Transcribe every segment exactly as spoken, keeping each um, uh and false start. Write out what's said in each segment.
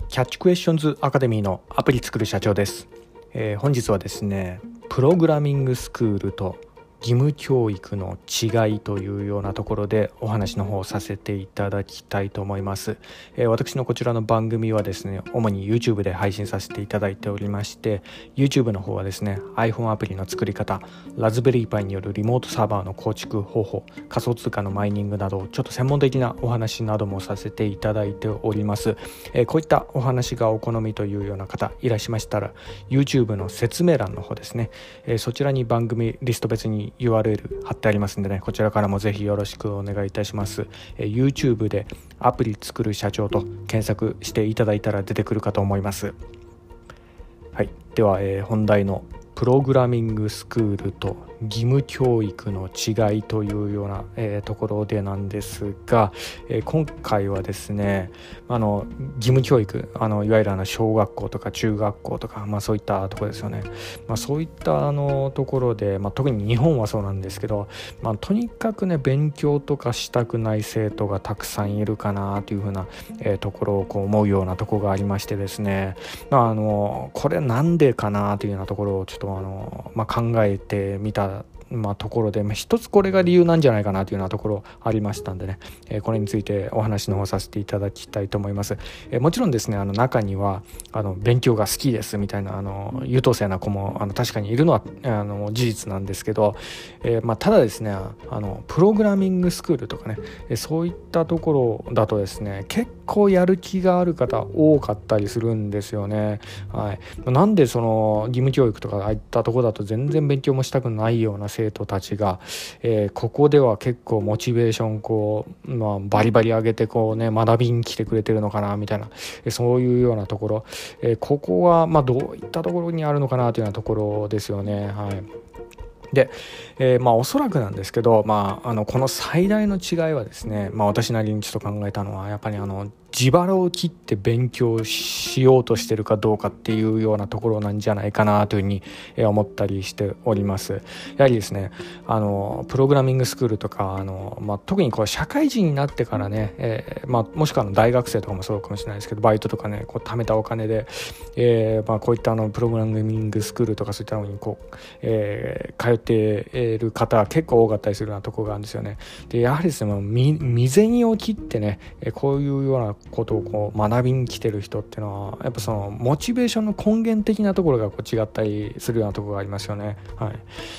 キャッチクエスチョンズアカデミーのアプリ作る社長です、えー、本日はですねプログラミングスクールと義務教育の違いというようなところでお話の方をさせていただきたいと思います、えー、私のこちらの番組はですね主に YouTube で配信させていただいておりまして YouTube の方はですね iPhone アプリの作り方、ラズベリーパイによるリモートサーバーの構築方法、仮想通貨のマイニングなどちょっと専門的なお話などもさせていただいております、えー、こういったお話がお好みというような方いらっしゃいましたら YouTube の説明欄の方ですね、えー、そちらに番組リスト別にユーアールエル 貼ってありますんでね、こちらからもぜひよろしくお願いいたします。えー、YouTube でアプリ作る社長と検索していただいたら出てくるかと思います。はい、では、えー、本題のプログラミングスクールと義務教育の違いというような、えー、ところでなんですが、えー、今回はですねあの義務教育あのいわゆるあの小学校とか中学校とか、まあ、そういったところですよね、まあ、そういったあのところで、まあ、特に日本はそうなんですけど、まあ、とにかくね勉強とかしたくない生徒がたくさんいるかなというふうな、えー、ところをこう思うようなところがありましてですね、まあ、あのこれなんでかなというようなところをちょっとあの、まあ、考えてみたまあ、ところで、まあ、一つこれが理由なんじゃないかなというようなところありましたんでね、えー、これについてお話の方させていただきたいと思います、えー、もちろんですねあの中にはあの勉強が好きですみたいなあの優等生な子もあの確かにいるのはあの事実なんですけど、えーまあ、ただですねあのプログラミングスクールとかね、えー、そういったところだとですね結構やる気がある方多かったりするんですよね、はい、なんでその義務教育とかああいったところだと全然勉強もしたくないような生徒たちが、えー、ここでは結構モチベーションこう、まあ、バリバリ上げてこうね学びに来てくれてるのかなみたいな、えー、そういうようなところ、えー、ここはまあどういったところにあるのかなというようなところですよね。はい。で、えー、まあおそらくなんですけど、まあ、あのこの最大の違いはですね、まあ、私なりにちょっと考えたのはやっぱりあの自腹を切って勉強しようとしてるかどうかっていうようなところなんじゃないかなというふうに思ったりしております。やはりですねあのプログラミングスクールとかあの、まあ、特にこう社会人になってからね、えーまあ、もしくはの大学生とかもそうかもしれないですけどバイトとかねこう貯めたお金で、えーまあ、こういったあのプログラミングスクールとかそういったのにこう、えー、通っている方は結構多かったりするようなところがあるんですよね。でやはりですね未然を切ってねこういうようなことをこう学びに来てる人っていうのはやっぱそのモチベーションの根源的なところがこう違ったりするようなところがありますよね。はい、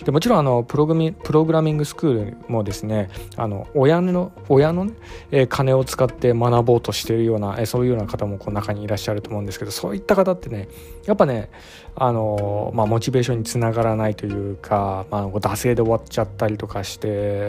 でもちろんあのプログミプログラミングスクールもですねあの親の親の、ねえー、金を使って学ぼうとしているような、えー、そういうような方もこう中にいらっしゃると思うんですけど、そういった方ってねやっぱねあの、まあ、モチベーションにつながらないというか、まあ、惰性で終わっちゃったりとかして、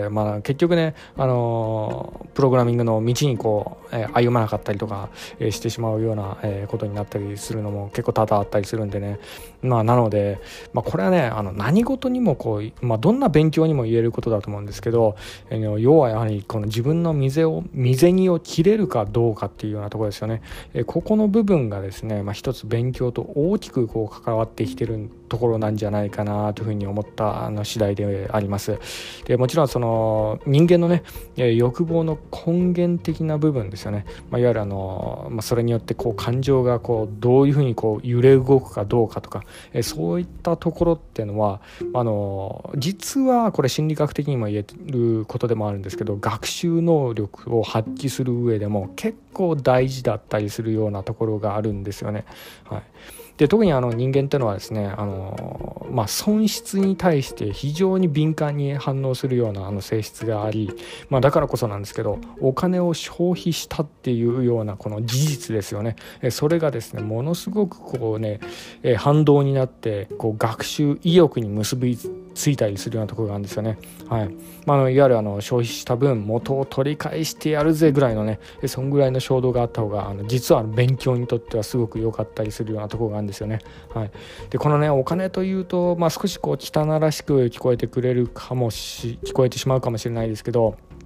まあ、結局ねあのプログラミングの道にこう、えー、歩まなかったりとか、えー、してしまうような、えー、ことになったりするのも結構多々あったりするんでね、まあ、なので、まあ、これはねあの何事にもこう、まあ、どんな勉強にも言えることだと思うんですけど、えー、要はやはりこの自分の溝を身銭を切れるかどうかっていうようなところですよね。えー、ここの部分がですね、まあ、一つ勉強と大きくこう関わってきてるところなんじゃないかなというふうに思ったあの次第であります。でもちろんその人間のね欲望の根源的な部分ですよね、まあ、いわゆるあの、まあ、それによってこう感情がこうどういうふうにこう揺れ動くかどうかとかえそういったところっていうのはあの実はこれ心理学的にも言えることでもあるんですけど学習能力を発揮する上でも結構大事だったりするようなところがあるんですよね。はい。で特にあの人間っていうのはですねあの、まあ、損失に対して非常に敏感に反応するようなあの性質があり、まあ、だからこそなんですけどお金を消費したっていうようなこの事実ですよね。それがですねものすごくこうね反動になってこう学習意欲に結びついたりするようなところがあるんですよね。はい。まあ、いわゆるあの消費した分元を取り返してやるぜぐらいのねそんぐらいの衝動があった方があの実は勉強にとってはすごく良かったりするようなところがあるんですよね。はい。でこのねお金というと、まあ、少しこう汚らしく聞こえてくれるかもし聞こえてしまうかもしれないですけど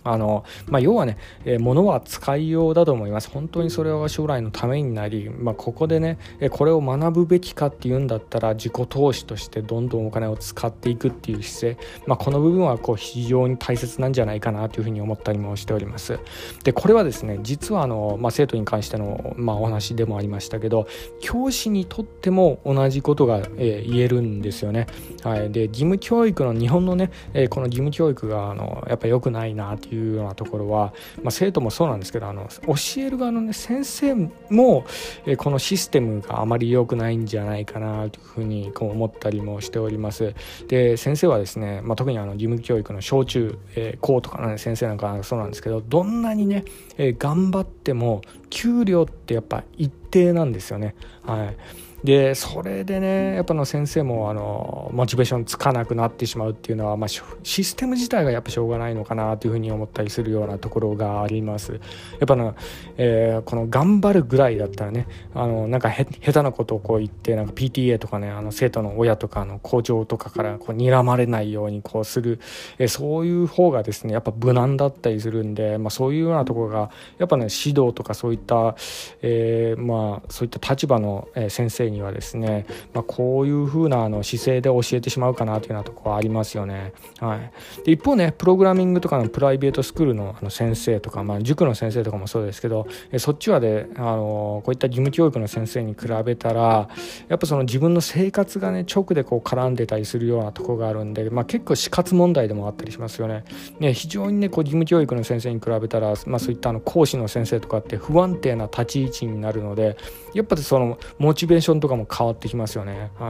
あのまあ、要はね、えー、物は使いようだと思います。本当にそれは将来のためになり、まあ、ここでね、えー、これを学ぶべきかっていうんだったら自己投資としてどんどんお金を使っていくっていう姿勢、まあ、この部分はこう非常に大切なんじゃないかなというふうに思ったりもしております。でこれはですね、実はあの、まあ、生徒に関しての、まあ、お話でもありましたけど、教師にとっても同じことが、えー、言えるんですよね。はい、で義務教育の日本のね、えー、この義務教育があのやっぱり良くないなっていういうようなところは、まあ、生徒もそうなんですけど、あの教える側の、ね、先生も、えー、このシステムがあまり良くないんじゃないかなというふうにこう思ったりもしております。で先生はですね、まあ、特にあの義務教育の小中、えー、高とかの、ね、先生なんかそうなんですけど、どんなにね、えー、頑張っても給料ってやっぱ一定なんですよね。はいでそれでね、やっぱの先生もあのモチベーションつかなくなってしまうっていうのは、まあ、システム自体がやっぱしょうがないのかなというふうに思ったりするようなところがあります。やっぱの、えー、この頑張るぐらいだったらね、あのなんかへ下手なことをこう言ってなんか ピーティーエー とかね、あの生徒の親とかの校長とかからこう睨まれないようにこうする、えー、そういう方がですねやっぱ無難だったりするんで、まあ、そういうようなところがやっぱね指導とかそういった、えー、まあそういった立場の先生にはですね、まあ、こういう風なあの姿勢で教えてしまうかなというようなところはありますよね。はい、で一方ね、プログラミングとかのプライベートスクールのあの先生とか、まあ、塾の先生とかもそうですけど、えそっちはであのこういった義務教育の先生に比べたらやっぱその自分の生活がね直でこう絡んでたりするようなところがあるんで、まあ、結構死活問題でもあったりしますよね。ね非常にねこう義務教育の先生に比べたら、まあ、そういったあの講師の先生とかって不安定な立ち位置になるので、やっぱりそのモチベーションとかも変わってきますよね。はい、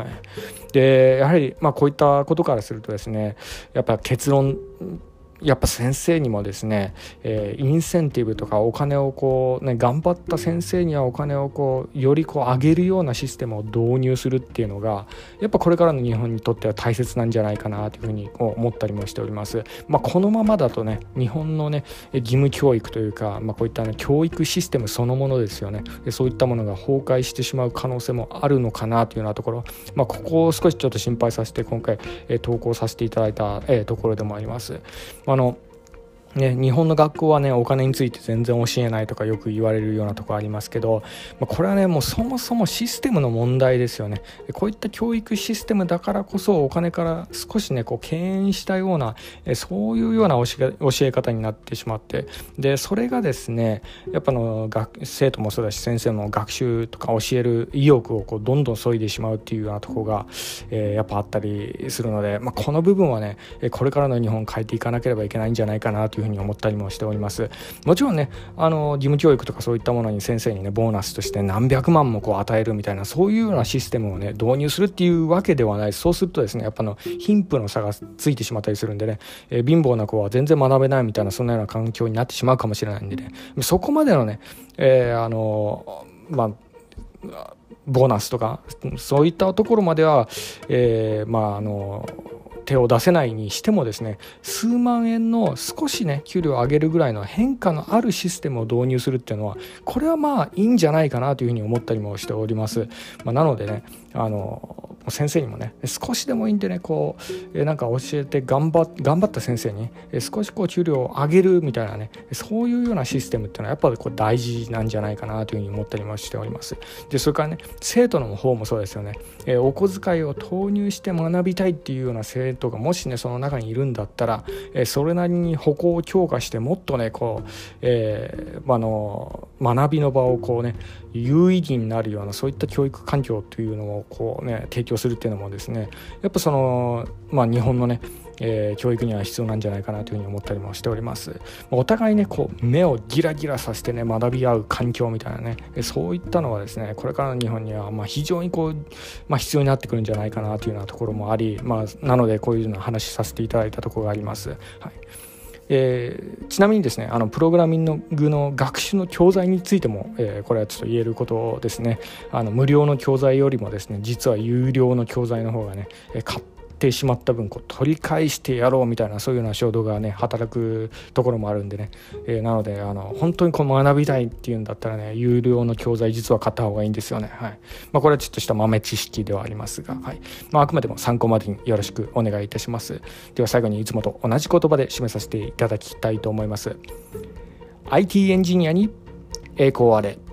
でやはりまあこういったことからするとですね、やっぱ結論やっぱ先生にもですね、えー、インセンティブとかお金をこうね、頑張った先生にはお金をこうよりこう上げるようなシステムを導入するっていうのがやっぱこれからの日本にとっては大切なんじゃないかなというふうに思ったりもしております。まあ、このままだとね日本のね義務教育というか、まあ、こういった、ね、教育システムそのものですよね。でそういったものが崩壊してしまう可能性もあるのかなというようなところ、まあ、ここを少しちょっと心配させて今回、えー、投稿させていただいた、えー、ところでもあります。あのね、日本の学校はねお金について全然教えないとかよく言われるようなところありますけど、まあ、これはねもうそもそもシステムの問題ですよね。こういった教育システムだからこそお金から少しねこう敬遠したようなそういうような教え、教え方になってしまって、でそれがですねやっぱの学生徒もそうだし先生の学習とか教える意欲をこうどんどん削いでしまうっていうようなところが、えー、やっぱあったりするので、まあ、この部分はねこれからの日本変えていかなければいけないんじゃないかなというふうに思ったりもしております。もちろんねあの義務教育とかそういったものに先生にねボーナスとして何百万もこう与えるみたいなそういうようなシステムをね導入するっていうわけではない。そうするとですねやっぱの貧富の差がついてしまったりするんでね、えー、貧乏な子は全然学べないみたいなそんなような環境になってしまうかもしれないんでね、そこまでのね、えー、あのまあボーナスとかそういったところまでは、えー、まああの手を出せないにしてもですね、数万円の少しね給料を上げるぐらいの変化のあるシステムを導入するっていうのはこれはまあいいんじゃないかなというふうに思ったりもしております。まあ、なのでねあの先生にもね少しでもいいんでねこう、えー、なんか教えて頑張っ頑張った先生に、えー、少しこう給料を上げるみたいなねそういうようなシステムっていうのはやっぱりこう大事なんじゃないかなというふうに思ったりもしております。でそれからね生徒の方もそうですよね、えー、お小遣いを投入して学びたいっていうような生徒がもしねその中にいるんだったら、えー、それなりに歩行を強化してもっとねこう、えー、あの学びの場をこうね有意義になるようなそういった教育環境というのをこうね提供するっていうのもですねやっぱそのまあ日本のねえー、教育には必要なんじゃないかなというふうに思ったりもしております。お互いねこう目をギラギラさせてね学び合う環境みたいなねそういったのはですねこれからの日本にはまあ非常にこう、まあ、必要になってくるんじゃないかなというようなところもあり、まあ、なのでこういうような話させていただいたところがあります。はいえー、ちなみにですねあのプログラミングの学習の教材についても、えー、これはちょっと言えることですね。あの無料の教材よりもですね実は有料の教材の方がね買ってってしまった分こう取り返してやろうみたいな、そういうような衝動がね働くところもあるんでね、えー、なのであの本当にこう学びたいっていうんだったらね、有料の教材実は買った方がいいんですよね。はい。まあ、これはちょっとした豆知識ではありますが、はい。まあ、あくまでも参考までによろしくお願いいたします。では最後にいつもと同じ言葉で締めさせていただきたいと思います。アイティー エンジニアに栄光あれ。